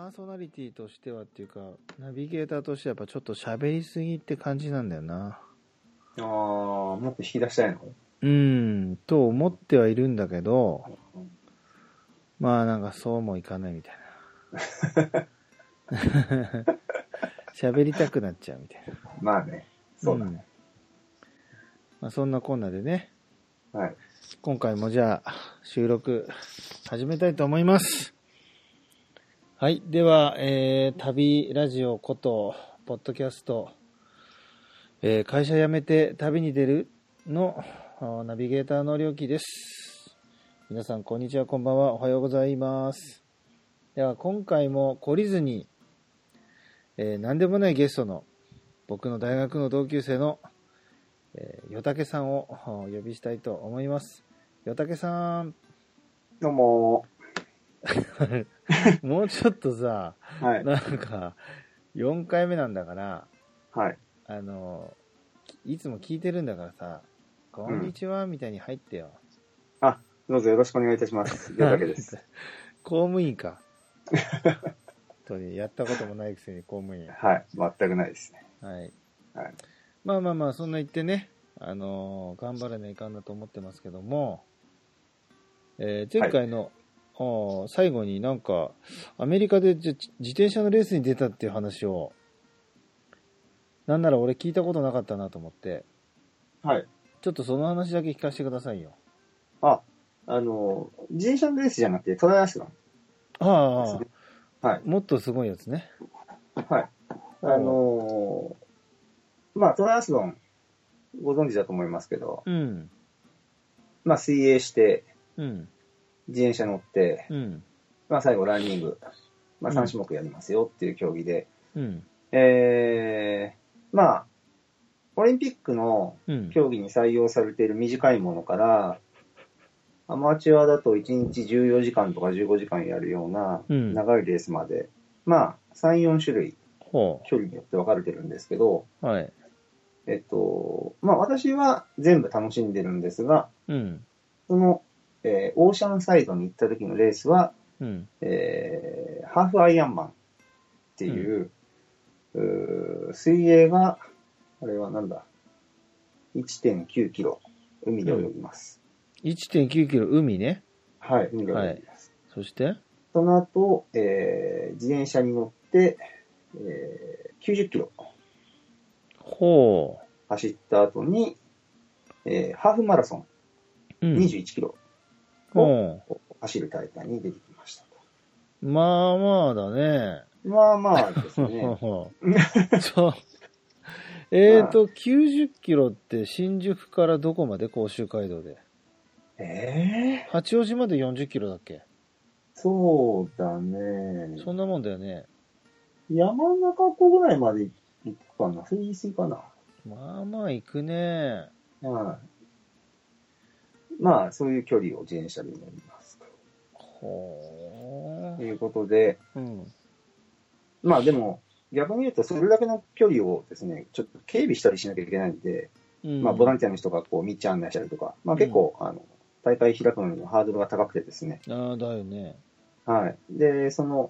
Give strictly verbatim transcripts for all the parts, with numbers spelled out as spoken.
パーソナリティとしてはっていうか、ナビゲーターとしてはやっぱちょっと喋りすぎって感じなんだよな。 ああ、もっと引き出したいの？ うーん、と思ってはいるんだけど、まあなんかそうもいかないみたいな。喋りたくなっちゃうみたいな。 まあね、そうだね。 んまあ、そんなこんなでね、 はい。 今回もじゃあ収録始めたいと思います。はい。では、えー、旅ラジオこと、ポッドキャスト、えー、会社辞めて旅に出るのナビゲーターのりょうきです。皆さん、こんにちは、こんばんは、おはようございます。では、今回も懲りずに、えー、何でもないゲストの、僕の大学の同級生の、えー、よたけさんをお呼びしたいと思います。よたけさん。 どうももうちょっとさ、 はい。 なんか、よんかいめなんだから、 はい。 あの、いつも聞いてるんだからさ、こんにちは、みたいに入ってよ。 あ、どうぞよろしくお願いいたします。よたけです。 公務員か。本当に、やったこともないくせに公務員。 はい。全くないですね。 はい。 はい。 まあまあまあ、そんな言ってね、あのー頑張らないかんなと思ってますけども、えー前回の、あー最後になんか、アメリカでじ自転車のレースに出たっていう話を、なんなら俺聞いたことなかったなと思って、 はい。 ちょっとその話だけ聞かせてくださいよ。 あ、あの、自転車のレースじゃなくてトライアスロンですあね。はあ、 い。 もっとすごいやつね。 はい。あのーまあ、トライアスロン、ご存知だと思いますけど、 うん、 まあ、水泳して、 うん、 自転車乗って、 うん、 まあ、最後ランニング、まあ、さん種目やりますよっていう競技で、 うん、 えー、まあ、オリンピックのうん、 競技に採用されている短いものから、アマチュアだといちにちじゅうよじかんとかじゅうごじかんやるようなうん長いレースまで、まあ、さん、よん種類、 ほ距離によって分かれてるんですけど、 う。はい。 えっと、まあ私は全部楽しんでるんですが、 うん、 その、えーオーシャンサイドに行った時のレースは、 うん、 えーハーフアイアンマンっていう、うー水泳が、あれはなんだ、いってんきゅうキロ、海で泳ぎます。 いってんきゅうキロ海ね。 はい、海ではい。 泳ぎます。 そしてその後、えー自転車に乗って、えーきゅうじゅっキロほ走った後に、えーハーフマラソンう。うん。 にじゅういちキロをほ走る大会に出てきましたと。 う。まあまあだね。 まあまあですね。 そう。えーと、きゅうじゅっキロって新宿からどこまで甲州街道で。 えー、 八王子までよんじゅっキロだっけ？ そうだね。 そんなもんだよね。 山中湖ぐらいまで行くかな。それ言い過ぎかな。 まあまあ行くね。 はい。まあ、そういう距離を自転車で乗りますと。 ほということで、 う。うん。 まあでも、逆に言うと、それだけの距離をですね、ちょっと警備したりしなきゃいけないんで、 うん、 まあ、ボランティアの人がこう、道案内したりとか、まあ結構、うん、あの、大会開くのにはハードルが高くてですね。 ああ、だよね。 はい。で、その、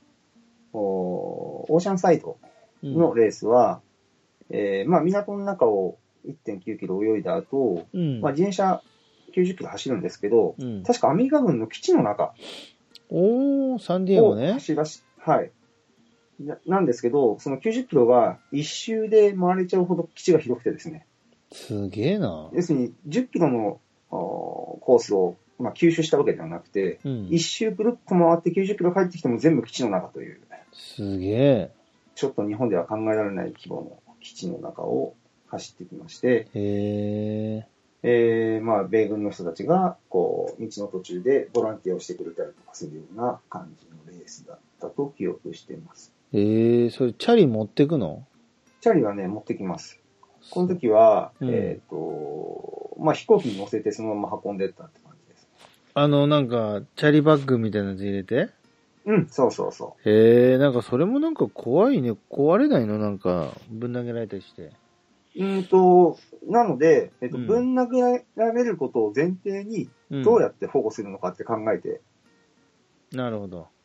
オーシャンサイドのレースは、うん、えー、まあ、港の中を いってんきゅうキロ泳いだ後、うん、まあ、自転車きゅうじゅっキロ走るんですけど、うん、確かアメリカ軍の基地の中おー、サンディエゴね。 走らし、はい。なんですけど、そのきゅうじゅっキロが一周で回れちゃうほど基地が広くてですね。 すげえな。 要するにじゅっキロのコースを、まあ、吸収したわけではなくて、うん、一周くるっと回ってきゅうじゅっキロ帰ってきても全部基地の中という。 すげえ。 ちょっと日本では考えられない規模の基地の中を走ってきまして、 へえー、まあ、米軍の人たちが、こう、道の途中でボランティアをしてくれたりとかするような感じのレースだったと記憶しています。 えー、それ、チャリ持ってくの？ チャリはね、持ってきます。この時は、うん、えっ、ー、と、まあ、飛行機に乗せてそのまま運んでったって感じです。 あの、なんか、チャリバッグみたいなやつ入れて？ うん、そうそうそう。 へえ、なんかそれもなんか怖いね。壊れないの？なんか、ぶん投げられたりして。 うんと、なので、えっと、うん、ぶん投げられることを前提に、どうやって保護するのかって考えて、 うん、なるほど。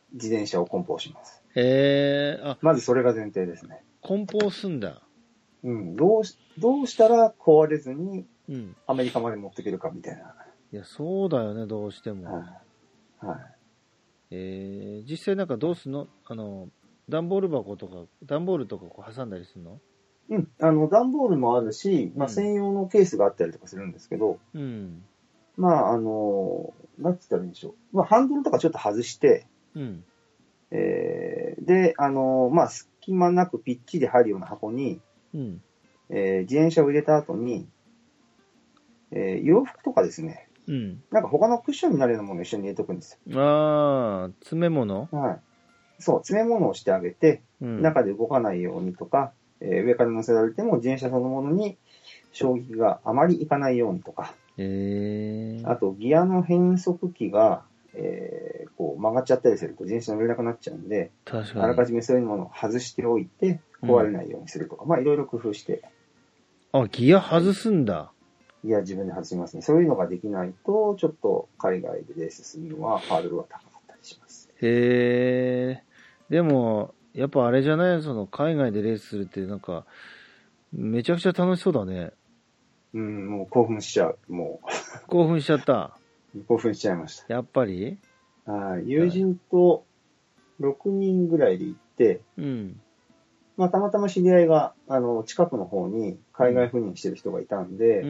自転車を梱包します。 へえ、あ、 まずそれが前提ですね。 梱包すんだ。 うん、どうし、どうしたら壊れずに、アメリカまで持っていけるかみたいな。 いや、そうだよね、どうしても。 はい。はい、 えー、実際なんかどうすんの？あの、段ボール箱とか、段ボールとかこう挟んだりするの？ うん、あの、段ボールもあるし、まあ、専用のケースがあったりとかするんですけど、うん。まあ、あの、なんて言ったらいいんでしょう。まあ、ハンドルとかちょっと外して、うん。えー、で、あの、まあ、隙間なくぴっちり入るような箱に、うん。えー、自転車を入れた後に、えー、洋服とかですね。うん。なんか他のクッションになるようなものを一緒に入れとくんですよ。 ああ、詰め物？ はい。そう、詰め物をしてあげて、うん、中で動かないようにとか、えー、上から乗せられても自転車そのものに衝撃があまりいかないようにとか。えー、あと、ギアの変速機が、えー、こう曲がっちゃったりすると自転車乗れなくなっちゃうんで、確かにあらかじめそういうものを外しておいて、壊れないようにするとか、うん、まあいろいろ工夫して。 あ、ギア外すんだ。 ギア自分で外しますね。そういうのができないと、ちょっと海外でレースするのはハードルは高かったりします。 へー。でも、やっぱあれじゃない？その海外でレースするってなんか、めちゃくちゃ楽しそうだね。 うん、もう興奮しちゃう。もう。興奮しちゃった。 興奮しちゃいました。 やっぱり？ はい。友人とろくにんぐらいで行って、うん。まあ、たまたま知り合いが、あの、近くの方に海外赴任してる人がいたんで、うん。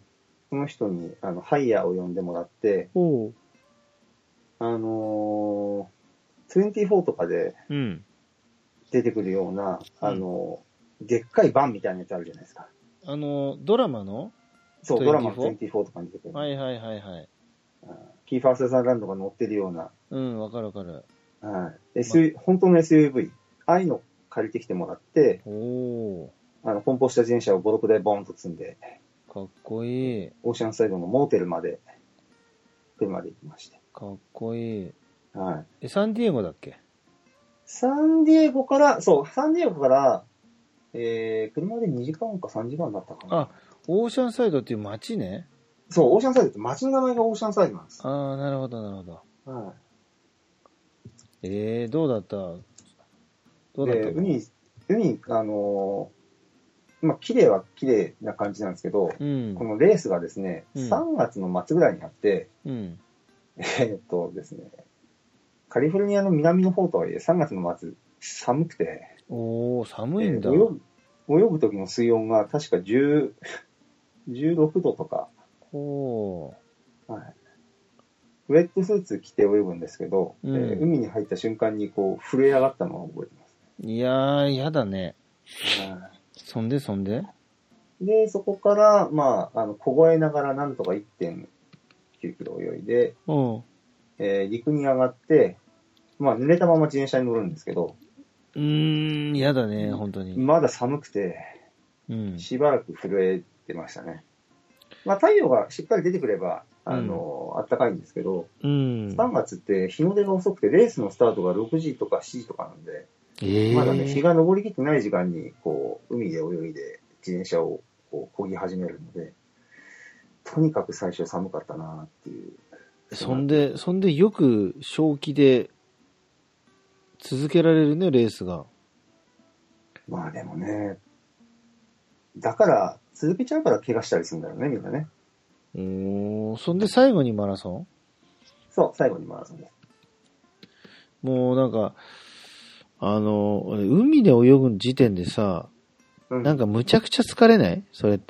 その人に、あの、ハイヤーを呼んでもらって、おあのー、にじゅうよんとかで、出てくるような、うん、あの、でっかいバンみたいなやつあるじゃないですか。 あの、ドラマのそう、ドラマのにじゅうよんとかに出てくる。 はいはいはいはい。 キーファーストサンランドが乗ってるような。 うん、わかるわかる。 はい。S、ま、本当の エスユーブイ。ああいうの借りてきてもらって、おあの、梱包した自転車をご、ろくでボーンと積んで。 かっこいい。 オーシャンサイドのモーテルまで、車で行きまして。 かっこいい。 はい。 え、サンディエゴだっけ？ サンディエゴから、そう、サンディエゴから、えー、車でにじかんかさんじかんだったかな。 あ、オーシャンサイドっていう街ね。 そう、オーシャンサイドって街の名前がオーシャンサイドなんです。 ああ、なるほど、なるほど。はい。えー、どうだったどうだったの？海、海、あのー、まあ、綺麗は綺麗な感じなんですけど、うん、このレースがですね、うん、さんがつの末ぐらいにあって、うん、えー、っとですね、カリフォルニアの南の方とはいえさんがつの末、寒くて。 おー、寒いんだ。 えー、泳ぐ、泳ぐ時の水温が確かじゅう、じゅうろくどとか。おー。はい。ウェットスーツ着て泳ぐんですけど、うん、えー、海に入った瞬間にこう震え上がったのを覚えてます、 ね。いやー、やだね。はい。そんでそんでで、そこから、まあ、あの、凍えながらなんとか いってんきゅうキロ泳いで、えー、陸に上がって、まあ、濡れたまま自転車に乗るんですけど、 うーん、やだね、本当に。 まだ寒くて、うん、しばらく震えてましたね。まあ、太陽がしっかり出てくれば、あの、うん、暖かいんですけど、うん、さんがつって日の出が遅くて、レースのスタートがろくじとかしちじとかなんで、えー、まだね、日が昇りきってない時間に、こう、海で泳いで自転車をこう漕ぎ始めるので、とにかく最初寒かったなっていう。 そんで、そんでよく正気で続けられるね、レースが。 まあでもね、だから、続けちゃうから怪我したりするんだよね、みんなね。 うーん、そんで最後にマラソン？ そう、最後にマラソンです。 もうなんか、あの、海で泳ぐ時点でさ、うん、なんかむちゃくちゃ疲れない？それって。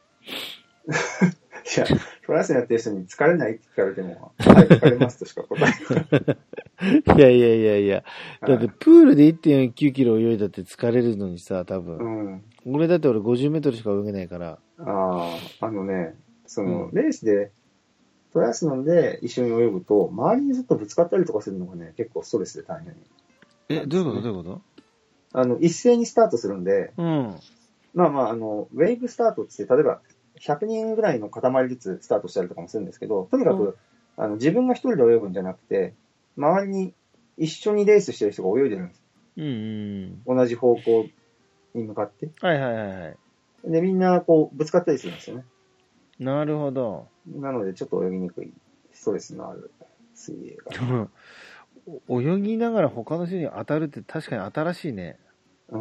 いや、トライアスやってる人に疲れないって聞かれても、はい、疲れますとしか答えない。 いやいやいやいや。だってプールで いってんきゅうキロ泳いだって疲れるのにさ、多分。うん、俺だって俺ごじゅうメートルしか泳げないから。 ああ、あのね、その、うん、レースで、トライアスなんで一緒に泳ぐと、周りにずっとぶつかったりとかするのがね、結構ストレスで大変、ね。 え、どういうことどういうことあの、一斉にスタートするんで、うん、まあまあ、あの、ウェイブスタートって、例えば、ひゃくにんぐらいの塊ずつスタートしたりとかもするんですけど、とにかく、うん、あの自分が一人で泳ぐんじゃなくて、周りに一緒にレースしてる人が泳いでるんです。うんうん、同じ方向に向かって。 はいはいはいはい。 で、みんなこうぶつかったりするんですよね。 なるほど。 なので、ちょっと泳ぎにくい、ストレスのある水泳が。 泳ぎながら他の人に当たるって確かに新しいね。 うん。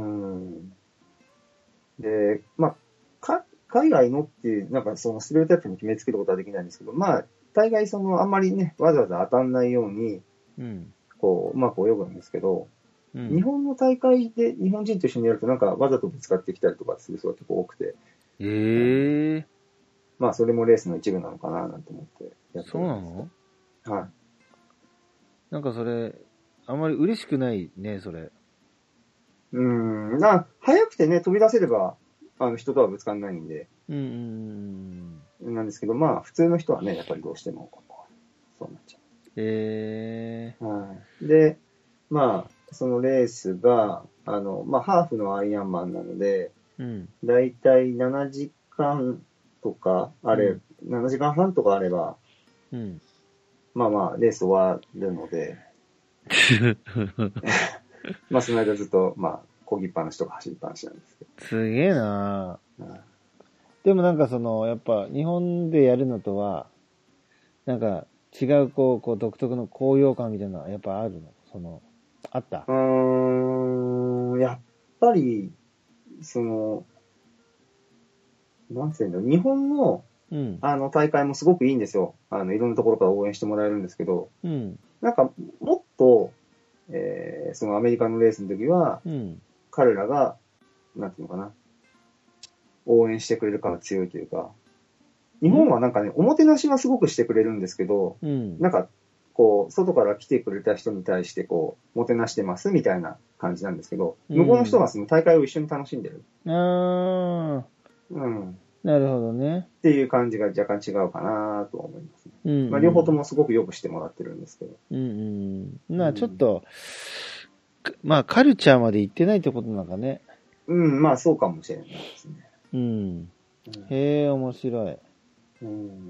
で、まあ、か、海外のっていう、なんかそのステレオタイプに決めつけることはできないんですけど、まあ、大概その、あんまりね、わざわざ当たんないように、うん、こう、うまく泳ぐんですけど、うん、日本の大会で日本人と一緒にやるとなんかわざとぶつかってきたりとかする人が結構多くて。 ええーうん。 まあ、それもレースの一部なのかななんて思ってやってるんです。 そうなの？ はい。 なんかそれ、あんまり嬉しくないね、それ。 うーん。な、早くてね、飛び出せれば、あの、人とはぶつかんないんで。 うんうんうん。なんですけど、まあ、普通の人はね、やっぱりどうしても、そうなっちゃう。 へえー。 はい。で、まあ、そのレースが、あの、まあ、ハーフのアイアンマンなので、うん。だいたいななじかんとかあれ、うん、ななじかんはんとかあれば、うん。まあまあ、レース終わるので、まあ、その間ずっと、まあ、漕ぎっぱなしとか走りっぱなしなんですけど。 すげえなぁ、うん。でもなんかその、やっぱ日本でやるのとは、なんか違うこう、こう独特の高揚感みたいなのはやっぱあるの？その、あった？ うーん、やっぱり、その、なんていうんだろう、日本の、うん、あの大会もすごくいいんですよ。あの、いろんなところから応援してもらえるんですけど、うん、なんか、もっと、えー、そのアメリカのレースの時は、うん、彼らが、なんていうのかな、応援してくれる感が強いというか、日本はなんかね、おもてなしはすごくしてくれるんですけど、うん、なんか、こう、外から来てくれた人に対して、こう、もてなしてますみたいな感じなんですけど、うん、向こうの人はその大会を一緒に楽しんでる。あー。うん。なるほどね。 っていう感じが若干違うかなと思いますね。うんうん、まあ、両方ともすごくよくしてもらってるんですけど。 うんうん。まあちょっと、うん、まあカルチャーまで行ってないってことなんかね。 うん、まあそうかもしれないですね。 うん。うん、へえ、面白い。うん。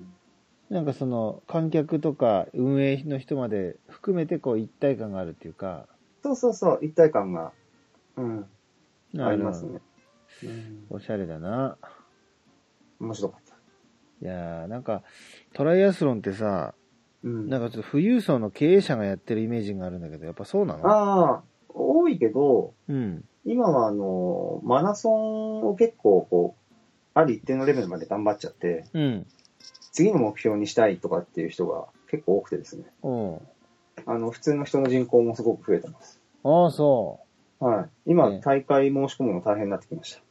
なんかその観客とか運営の人まで含めてこう一体感があるっていうか。 そうそうそう、一体感が、うん、ありますね。 うん、おしゃれだな。 面白かった。 いやー、なんかトライアスロンってさ、うん、なんかちょっと富裕層の経営者がやってるイメージがあるんだけど、やっぱそうなの？ ああ、多いけど、うん、今はあの、マラソンを結構こう、ある一定のレベルまで頑張っちゃって、うん、次の目標にしたいとかっていう人が結構多くてですね。うん、あの、普通の人の人口もすごく増えてます。 ああ、そう。 はい。今、ね、大会申し込むの大変になってきました。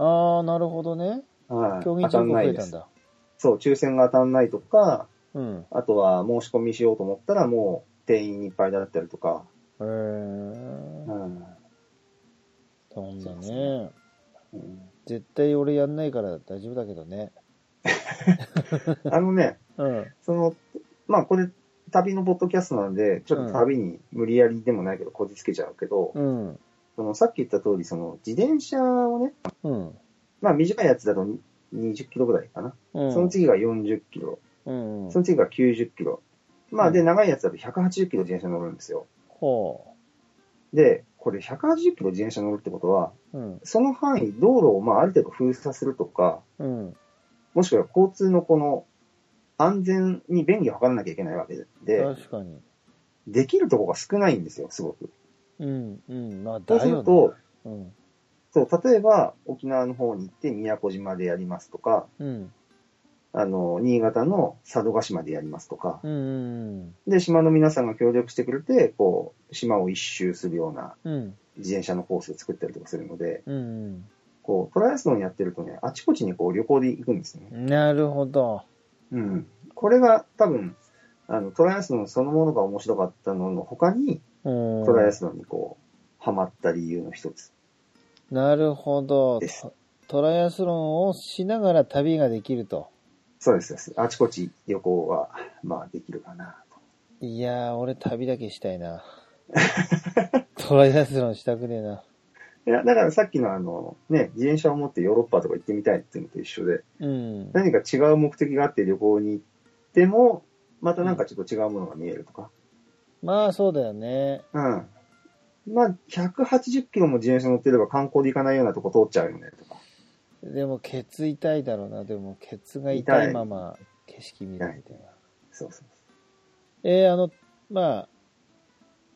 ああ、なるほどね。はい。競技人口増えたんだ。 そう、抽選が当たんないとか、うん、あとは申し込みしようと思ったらもう定員いっぱいだったりとか。へえ。うん。そんなね、うん。絶対俺やんないから大丈夫だけどね。 あのね、うん、その、まあこれ、旅のポッドキャストなんで、ちょっと旅に無理やりでもないけどこじつけちゃうけど、うん、そのさっき言った通り、その自転車をね、うん、まあ短いやつだとにじゅっキロぐらいかな。うん、その次がよんじゅっキロ。うん、その次がきゅうじゅっキロ。まあで、長いやつだとひゃくはちじゅっキロ自転車乗るんですよ。ほう。で、これひゃくはちじゅっキロ自転車乗るってことは、うん、その範囲、道路をまあある程度封鎖するとか、うん、もしくは交通のこの安全に便宜を図らなきゃいけないわけで、 確かに。 できるとこが少ないんですよ、すごく。 うん、うん、まあだよね。そうすると、うん、そう、例えば沖縄の方に行って宮古島でやりますとか、うん、あの、新潟の佐渡島でやりますとか、うんうんうん、で、島の皆さんが協力してくれて、こう、島を一周するような自転車のコースを作ったりとかするので、うんうん、こう、トライアスロンやってるとね、あちこちにこう旅行で行くんですね。 なるほど。 うん。これが多分、あの、トライアスロンそのものが面白かったのの他に、トライアスロンにこう、ハマった理由の一つ。 なるほど。トライアスロンをしながら旅ができると。 そうです。あちこち旅行は、まあ、できるかなと。いやー、俺旅だけしたいな。トライアスロンしたくねえな。 いや、だからさっきのあの、ね、自転車を持ってヨーロッパとか行ってみたいっていうのと一緒で、うん、何か違う目的があって旅行に行っても、またなんかちょっと違うものが見えるとか。 うん、まあ、そうだよね。 うん。まあ、ひゃくはちじゅっキロも自転車乗ってれば観光で行かないようなとこ通っちゃうよね、とか。 でも、ケツ痛いだろうな。でも、ケツが痛いまま景色見るみたいな。そうそうそう。えー、あの、まあ、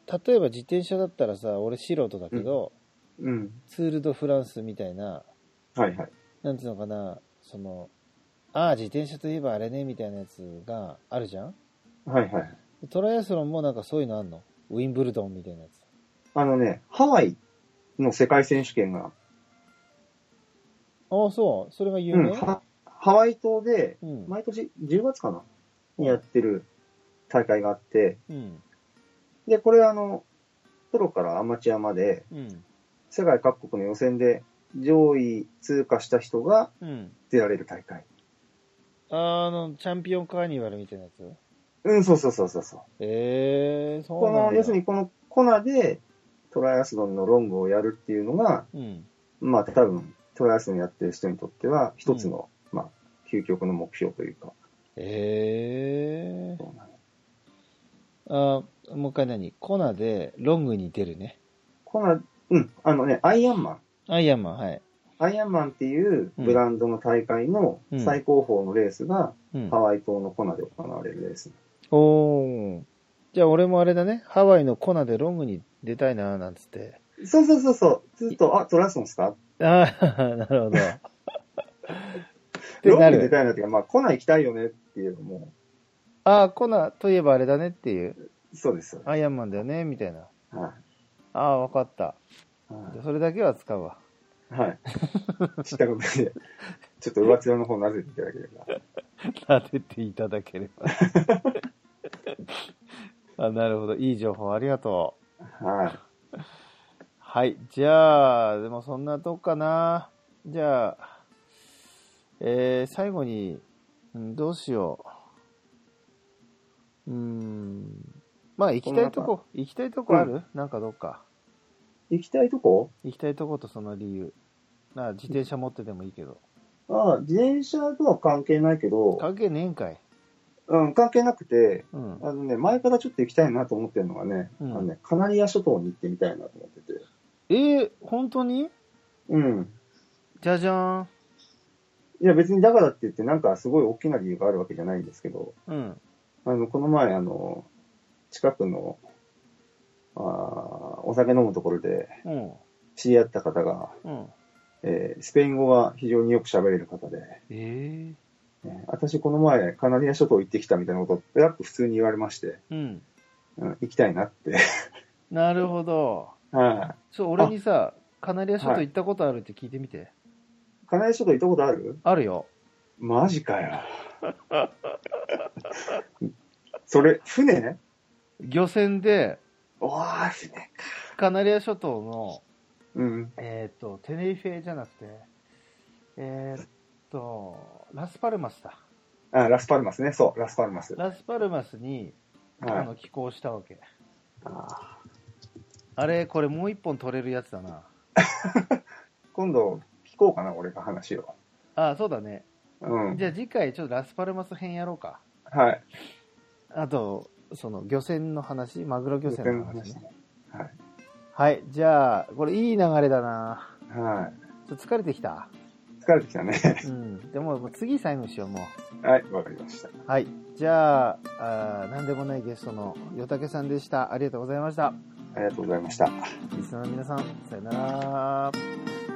例えば自転車だったらさ、俺素人だけど、 うん。 ツール・ド・フランスみたいな、 はいはい。 なんていうのかな、その、ああ、自転車といえばあれね、みたいなやつがあるじゃん。 はいはい。 トライアスロンもなんかそういうのあんの？ウィンブルドンみたいなやつ。 あのね、ハワイの世界選手権が。 ああ、そう。それが有名？ うん、ハワイ島で、毎年じゅうがつかな、うん、にやってる大会があって、うん、で、これあの、プロからアマチュアまで、うん、世界各国の予選で上位通過した人が出られる大会。 うん、あの、チャンピオンカーニバルみたいなやつ？ うん、そうそうそうそうそう。 ええー、そうなんだ。 この、要するにこのコナでトライアスロンのロングをやるっていうのが、うん、まあ多分トライアスロンやってる人にとっては一つの、うん、まあ究極の目標というか。 ええー。そうなんあ、もう一回何？コナでロングに出るね。 コナ、うん、あのね、アイアンマン。 アイアンマン、はい。 アイアンマンっていうブランドの大会の最高峰のレースが、ハワイ島のコナで行われるレース。 うん、おー。じゃあ俺もあれだね、ハワイのコナでロングに出たいな、なんつって。 そうそうそうそう。ずっと、あ、トライアスロンですか？ ああ、なるほど。 ロングに出たいなっていうか、まあコナ行きたいよねっていうのも。 ああ、コナといえばあれだねっていう。 そうです。 アイアンマンだよね、みたいな。 はい。 ああ、わかった。はい、それだけは使うわ。 はい。知ったことで、ちょっと上面の方なぜていただければ。なでていただければ。あ、なるほど。いい情報ありがとう。はい。 はい。じゃあ、でもそんなとこかな。じゃあ、えー、最後に、うん、どうしよう。うーん。まあ、行きたいとこ、行きたいとこある？うん、なんかどっか。 行きたいとこ？ 行きたいとことその理由。なあ、自転車持っててもいいけど。 ああ、自転車とは関係ないけど。 関係ねえんかい。 うん、関係なくて、うん、あのね、前からちょっと行きたいなと思ってるのがね、うん、あのね、カナリア諸島に行ってみたいなと思ってて。 えー、本当に？ うん。 じゃじゃーん。 いや、別にだからって言ってなんかすごい大きな理由があるわけじゃないんですけど、 うん。 あの、この前、あの、近くの、あお酒飲むところで、知り合った方が、うんえー、スペイン語が非常によく喋れる方で、 えーね、私この前カナリア諸島行ってきたみたいなことをペラッと普通に言われまして、うんうん、行きたいなって。 なるほど。 はい。 そう、俺にさ、カナリア諸島行ったことあるって聞いてみて。はい、 カナリア諸島行ったことある？ あるよ。 マジかよ。それ、船ね？ 漁船で、 おー、船か。 カナリア諸島の、 うん、 えっ、ー、と、テネリフェじゃなくて、えっ、ー、と、ラスパルマスだ。 あ、ラスパルマスね。そう、ラスパルマス。 ラスパルマスに、はい、あの寄港したわけ。あ, あれ、これもう一本取れるやつだな。 今度、聞こうかな、俺が話を。 ああ、そうだね。 うん。 じゃあ次回、ちょっとラスパルマス編やろうか。 はい。 あと、その漁船の話、マグロ漁船の話ね。 はい。 はい。じゃあ、これいい流れだな。 はい。 ちょっと疲れてきた。 疲れてきたね。 うん。でも、次最後にしよう、もう。はい、わかりました。 はい。じゃあ、あなんでもないゲストのよたけさんでした。ありがとうございました。 ありがとうございました。 リスナーの皆さん、さよなら。